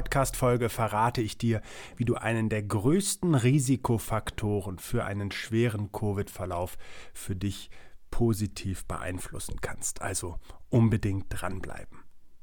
Podcast-Folge verrate ich dir, wie du einen der größten Risikofaktoren für einen schweren Covid-Verlauf für dich positiv beeinflussen kannst. Also unbedingt dranbleiben.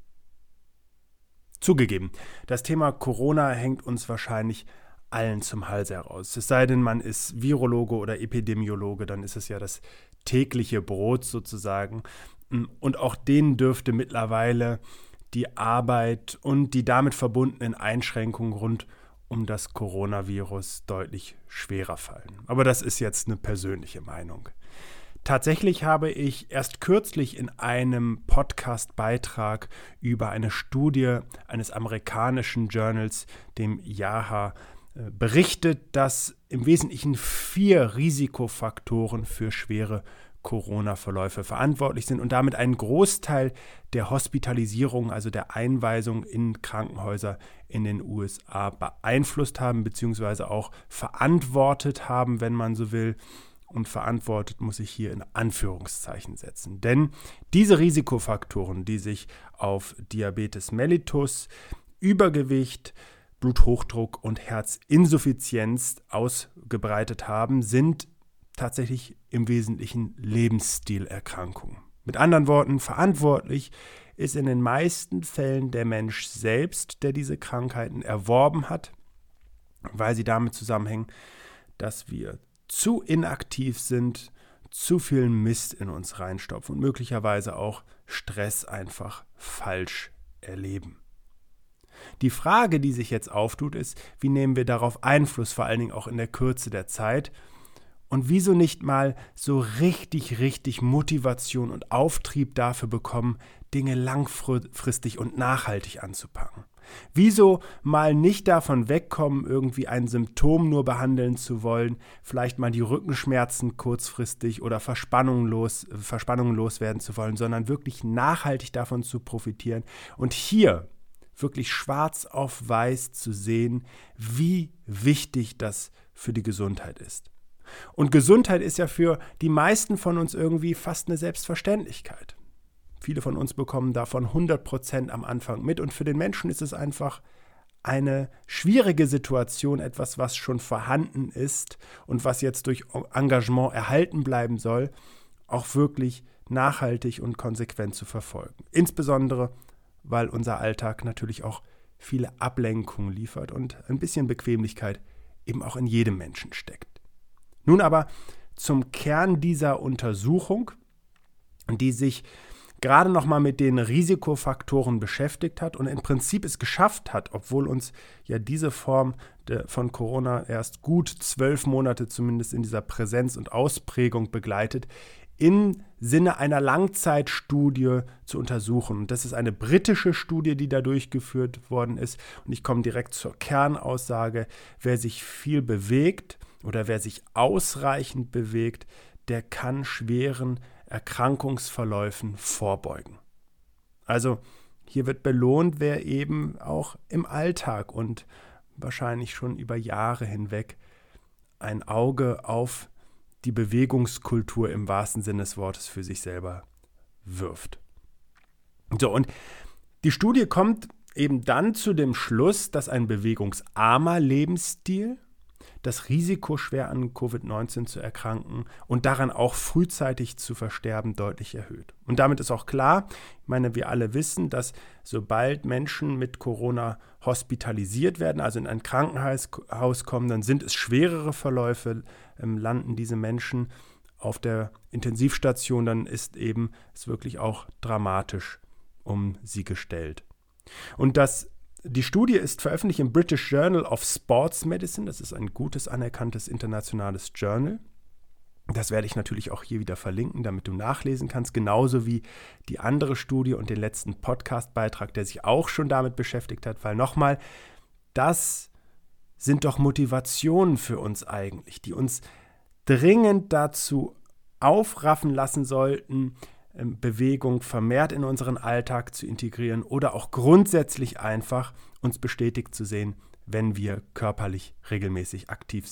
Zugegeben, das Thema Corona hängt uns wahrscheinlich allen zum Halse heraus. Es sei denn, man ist Virologe oder Epidemiologe, dann ist es ja das tägliche Brot sozusagen. Und auch denen dürfte mittlerweile die Arbeit und die damit verbundenen Einschränkungen rund um das Coronavirus deutlich schwerer fallen. Aber das ist jetzt eine persönliche Meinung. Tatsächlich habe ich erst kürzlich in einem Podcast-Beitrag über eine Studie eines amerikanischen Journals, dem JAHA, berichtet, dass im Wesentlichen 4 Risikofaktoren für schwere Corona-Verläufe verantwortlich sind und damit einen Großteil der Hospitalisierung, also der Einweisung in Krankenhäuser in den USA beeinflusst haben, beziehungsweise auch verantwortet haben, wenn man so will. Und verantwortet muss ich hier in Anführungszeichen setzen. Denn diese Risikofaktoren, die sich auf Diabetes mellitus, Übergewicht, Bluthochdruck und Herzinsuffizienz ausgebreitet haben, sind tatsächlich im Wesentlichen Lebensstilerkrankungen. Mit anderen Worten, verantwortlich ist in den meisten Fällen der Mensch selbst, der diese Krankheiten erworben hat, weil sie damit zusammenhängen, dass wir zu inaktiv sind, zu viel Mist in uns reinstopfen und möglicherweise auch Stress einfach falsch erleben. Die Frage, die sich jetzt auftut, ist, wie nehmen wir darauf Einfluss, vor allen Dingen auch in der Kürze der Zeit? Und wieso nicht mal so richtig Motivation und Auftrieb dafür bekommen, Dinge langfristig und nachhaltig anzupacken? Wieso mal nicht davon wegkommen, irgendwie ein Symptom nur behandeln zu wollen, vielleicht mal die Rückenschmerzen kurzfristig oder Verspannungen loswerden zu wollen, sondern wirklich nachhaltig davon zu profitieren und hier wirklich schwarz auf weiß zu sehen, wie wichtig das für die Gesundheit ist. Und Gesundheit ist ja für die meisten von uns irgendwie fast eine Selbstverständlichkeit. Viele von uns bekommen davon 100% am Anfang mit und für den Menschen ist es einfach eine schwierige Situation, etwas, was schon vorhanden ist und was jetzt durch Engagement erhalten bleiben soll, auch wirklich nachhaltig und konsequent zu verfolgen. Insbesondere, weil unser Alltag natürlich auch viele Ablenkungen liefert und ein bisschen Bequemlichkeit eben auch in jedem Menschen steckt. Nun aber zum Kern dieser Untersuchung, die sich gerade nochmal mit den Risikofaktoren beschäftigt hat und im Prinzip es geschafft hat, obwohl uns ja diese Form von Corona erst gut 12 Monate zumindest in dieser Präsenz und Ausprägung begleitet, im Sinne einer Langzeitstudie zu untersuchen. Und das ist eine britische Studie, die da durchgeführt worden ist. Und ich komme direkt zur Kernaussage: Wer sich viel bewegt oder wer sich ausreichend bewegt, der kann schweren Erkrankungsverläufen vorbeugen. Also hier wird belohnt, wer eben auch im Alltag und wahrscheinlich schon über Jahre hinweg ein Auge auf die Bewegungskultur im wahrsten Sinne des Wortes für sich selber wirft. So, und die Studie kommt eben dann zu dem Schluss, dass ein bewegungsarmer Lebensstil das Risiko, schwer an Covid-19 zu erkranken und daran auch frühzeitig zu versterben, deutlich erhöht. Und damit ist auch klar, ich meine, wir alle wissen, dass sobald Menschen mit Corona hospitalisiert werden, also in ein Krankenhaus kommen, dann sind es schwerere Verläufe, landen diese Menschen auf der Intensivstation, dann ist eben es wirklich auch dramatisch um sie gestellt. Und die Studie ist veröffentlicht im British Journal of Sports Medicine. Das ist ein gutes, anerkanntes internationales Journal. Das werde ich natürlich auch hier wieder verlinken, damit du nachlesen kannst. Genauso wie die andere Studie und den letzten Podcast-Beitrag, der sich auch schon damit beschäftigt hat. Weil nochmal, das sind doch Motivationen für uns eigentlich, die uns dringend dazu aufraffen lassen sollten, Bewegung vermehrt in unseren Alltag zu integrieren oder auch grundsätzlich einfach uns bestätigt zu sehen, wenn wir körperlich regelmäßig aktiv sind.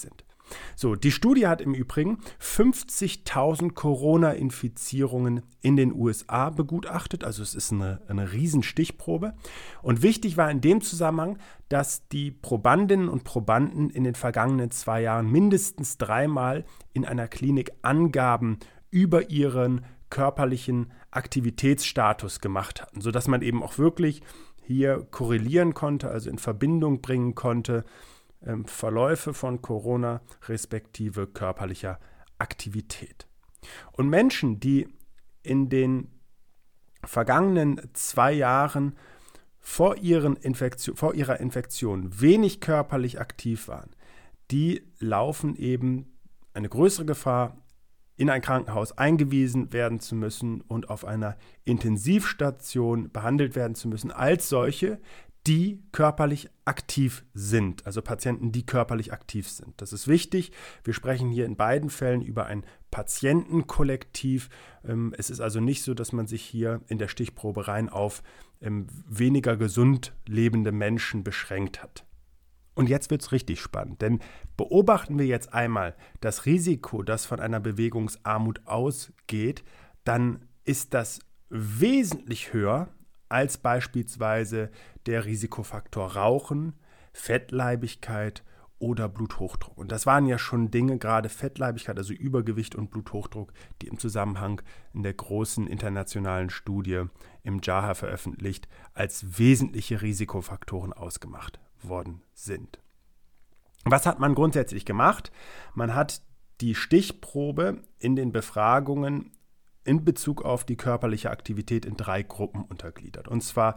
So, die Studie hat im Übrigen 50.000 Corona-Infizierungen in den USA begutachtet. Also es ist eine Riesenstichprobe. Und wichtig war in dem Zusammenhang, dass die Probandinnen und Probanden in den vergangenen 2 Jahren mindestens 3-mal in einer Klinik Angaben über ihren körperlichen Aktivitätsstatus gemacht hatten, sodass man eben auch wirklich hier korrelieren konnte, also in Verbindung bringen konnte, Verläufe von Corona respektive körperlicher Aktivität. Und Menschen, die in den vergangenen 2 Jahren vor ihrer Infektion wenig körperlich aktiv waren, die laufen eben eine größere Gefahr, in ein Krankenhaus eingewiesen werden zu müssen und auf einer Intensivstation behandelt werden zu müssen, als solche, die körperlich aktiv sind, also Patienten, die körperlich aktiv sind. Das ist wichtig. Wir sprechen hier in beiden Fällen über ein Patientenkollektiv. Es ist also nicht so, dass man sich hier in der Stichprobe rein auf weniger gesund lebende Menschen beschränkt hat. Und jetzt wird es richtig spannend, denn beobachten wir jetzt einmal das Risiko, das von einer Bewegungsarmut ausgeht, dann ist das wesentlich höher als beispielsweise der Risikofaktor Rauchen, Fettleibigkeit oder Bluthochdruck. Und das waren ja schon Dinge, gerade Fettleibigkeit, also Übergewicht und Bluthochdruck, die im Zusammenhang in der großen internationalen Studie im JAHA veröffentlicht, als wesentliche Risikofaktoren ausgemacht worden sind. Was hat man grundsätzlich gemacht? Man hat die Stichprobe in den Befragungen in Bezug auf die körperliche Aktivität in 3 Gruppen untergliedert. Und zwar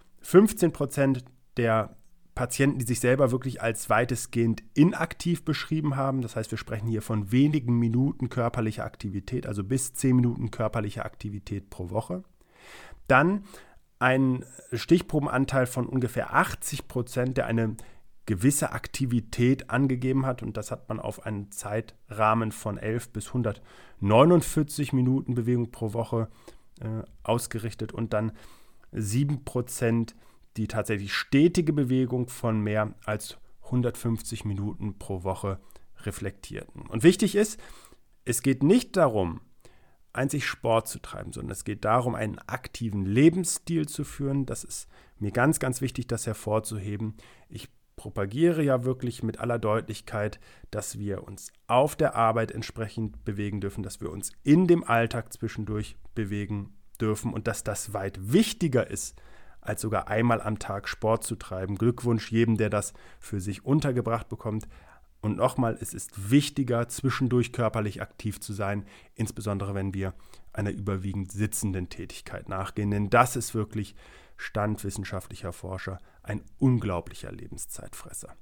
15% der Patienten, die sich selber wirklich als weitestgehend inaktiv beschrieben haben. Das heißt, wir sprechen hier von wenigen Minuten körperlicher Aktivität, also bis 10 Minuten körperliche Aktivität pro Woche. Dann ein Stichprobenanteil von ungefähr 80%, der eine gewisse Aktivität angegeben hat. Und das hat man auf einen Zeitrahmen von 11 bis 149 Minuten Bewegung pro Woche ausgerichtet. Und dann 7%, die tatsächlich stetige Bewegung von mehr als 150 Minuten pro Woche reflektierten. Und wichtig ist, es geht nicht darum, einzig Sport zu treiben, sondern es geht darum, einen aktiven Lebensstil zu führen. Das ist mir ganz, ganz wichtig, das hervorzuheben. Ich propagiere ja wirklich mit aller Deutlichkeit, dass wir uns auf der Arbeit entsprechend bewegen dürfen, dass wir uns in dem Alltag zwischendurch bewegen dürfen und dass das weit wichtiger ist, als sogar einmal am Tag Sport zu treiben. Glückwunsch jedem, der das für sich untergebracht bekommt. Und nochmal, es ist wichtiger, zwischendurch körperlich aktiv zu sein, insbesondere wenn wir einer überwiegend sitzenden Tätigkeit nachgehen. Denn das ist wirklich Stand wissenschaftlicher Forscher ein unglaublicher Lebenszeitfresser.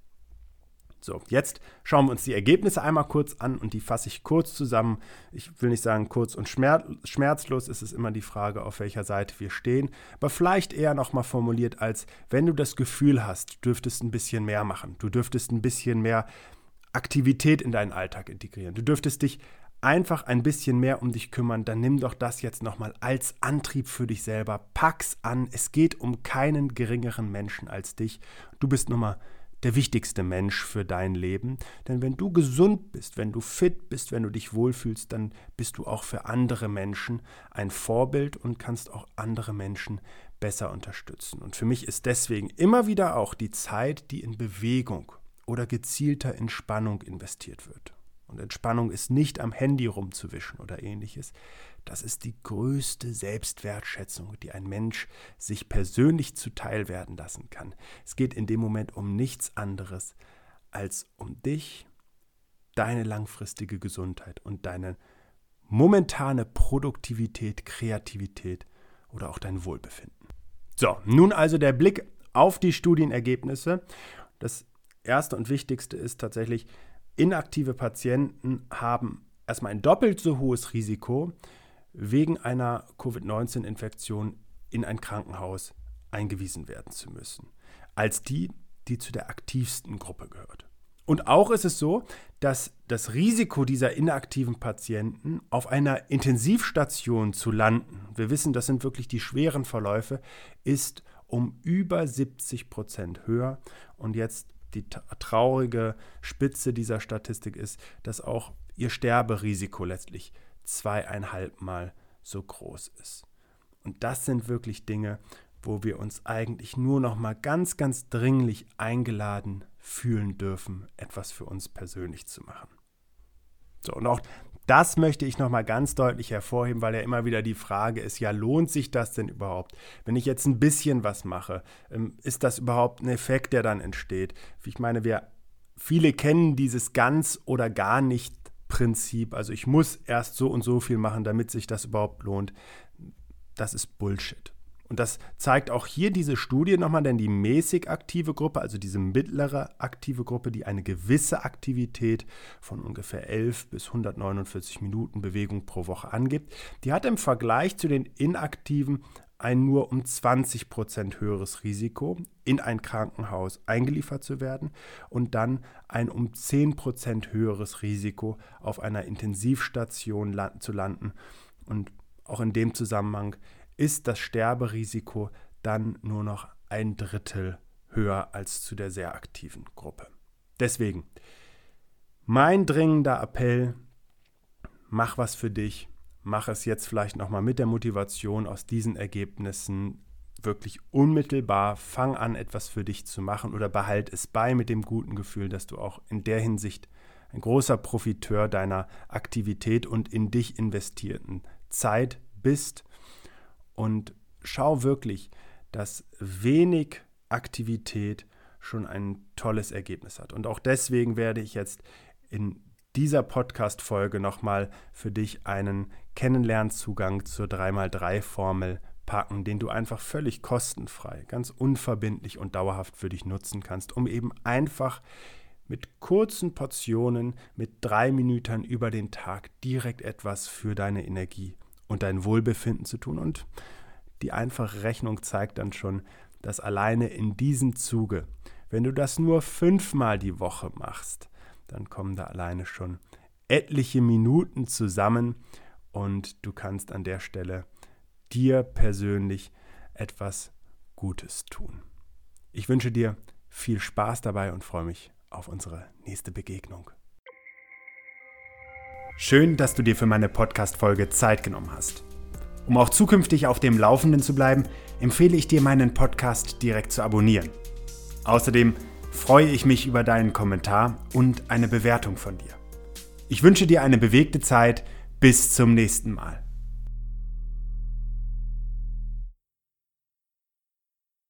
So, jetzt schauen wir uns die Ergebnisse einmal kurz an und die fasse ich kurz zusammen. Ich will nicht sagen kurz und schmerzlos, es ist immer die Frage, auf welcher Seite wir stehen, aber vielleicht eher nochmal formuliert als, wenn du das Gefühl hast, du dürftest ein bisschen mehr machen, du dürftest ein bisschen mehr Aktivität in deinen Alltag integrieren. Du dürftest dich einfach ein bisschen mehr um dich kümmern, dann nimm doch das jetzt nochmal als Antrieb für dich selber. Pack's an. Es geht um keinen geringeren Menschen als dich. Du bist nun mal der wichtigste Mensch für dein Leben. Denn wenn du gesund bist, wenn du fit bist, wenn du dich wohlfühlst, dann bist du auch für andere Menschen ein Vorbild und kannst auch andere Menschen besser unterstützen. Und für mich ist deswegen immer wieder auch die Zeit, die in Bewegung oder gezielter Entspannung investiert wird. Und Entspannung ist nicht am Handy rumzuwischen oder ähnliches. Das ist die größte Selbstwertschätzung, die ein Mensch sich persönlich zuteil werden lassen kann. Es geht in dem Moment um nichts anderes als um dich, deine langfristige Gesundheit und deine momentane Produktivität, Kreativität oder auch dein Wohlbefinden. So, nun also der Blick auf die Studienergebnisse. Das Erste und Wichtigste ist tatsächlich, inaktive Patienten haben erstmal ein doppelt so hohes Risiko, wegen einer Covid-19-Infektion in ein Krankenhaus eingewiesen werden zu müssen, als die, die zu der aktivsten Gruppe gehört. Und auch ist es so, dass das Risiko dieser inaktiven Patienten, auf einer Intensivstation zu landen, wir wissen, das sind wirklich die schweren Verläufe, ist um über 70% höher. Und jetzt die traurige Spitze dieser Statistik ist, dass auch ihr Sterberisiko letztlich 2,5 Mal so groß ist. Und das sind wirklich Dinge, wo wir uns eigentlich nur noch mal ganz, ganz dringlich eingeladen fühlen dürfen, etwas für uns persönlich zu machen. So, und auch das möchte ich noch mal ganz deutlich hervorheben, weil ja immer wieder die Frage ist, ja, lohnt sich das denn überhaupt? Wenn ich jetzt ein bisschen was mache, ist das überhaupt ein Effekt, der dann entsteht? Ich meine, viele kennen dieses ganz oder gar nicht Prinzip. Also ich muss erst so und so viel machen, damit sich das überhaupt lohnt. Das ist Bullshit. Und das zeigt auch hier diese Studie nochmal, denn die mäßig aktive Gruppe, also diese mittlere aktive Gruppe, die eine gewisse Aktivität von ungefähr 11 bis 149 Minuten Bewegung pro Woche angibt, die hat im Vergleich zu den Inaktiven ein nur um 20% höheres Risiko, in ein Krankenhaus eingeliefert zu werden und dann ein um 10% höheres Risiko, auf einer Intensivstation zu landen. Und auch in dem Zusammenhang ist das Sterberisiko dann nur noch 1/3 höher als zu der sehr aktiven Gruppe. Deswegen mein dringender Appell, mach was für dich, mach es jetzt vielleicht nochmal mit der Motivation aus diesen Ergebnissen wirklich unmittelbar, fang an, etwas für dich zu machen oder behalt es bei mit dem guten Gefühl, dass du auch in der Hinsicht ein großer Profiteur deiner Aktivität und in dich investierten Zeit bist. Und schau wirklich, dass wenig Aktivität schon ein tolles Ergebnis hat. Und auch deswegen werde ich jetzt in dieser Podcast-Folge nochmal für dich einen Kennenlernzugang zur 3x3-Formel packen, den du einfach völlig kostenfrei, ganz unverbindlich und dauerhaft für dich nutzen kannst, um eben einfach mit kurzen Portionen, mit 3 Minuten über den Tag direkt etwas für deine Energie und dein Wohlbefinden zu tun. Und die einfache Rechnung zeigt dann schon, dass alleine in diesem Zuge, wenn du das nur 5-mal die Woche machst, dann kommen da alleine schon etliche Minuten zusammen und du kannst an der Stelle dir persönlich etwas Gutes tun. Ich wünsche dir viel Spaß dabei und freue mich auf unsere nächste Begegnung. Schön, dass du dir für meine Podcast-Folge Zeit genommen hast. Um auch zukünftig auf dem Laufenden zu bleiben, empfehle ich dir, meinen Podcast direkt zu abonnieren. Außerdem freue ich mich über deinen Kommentar und eine Bewertung von dir. Ich wünsche dir eine bewegte Zeit. Bis zum nächsten Mal.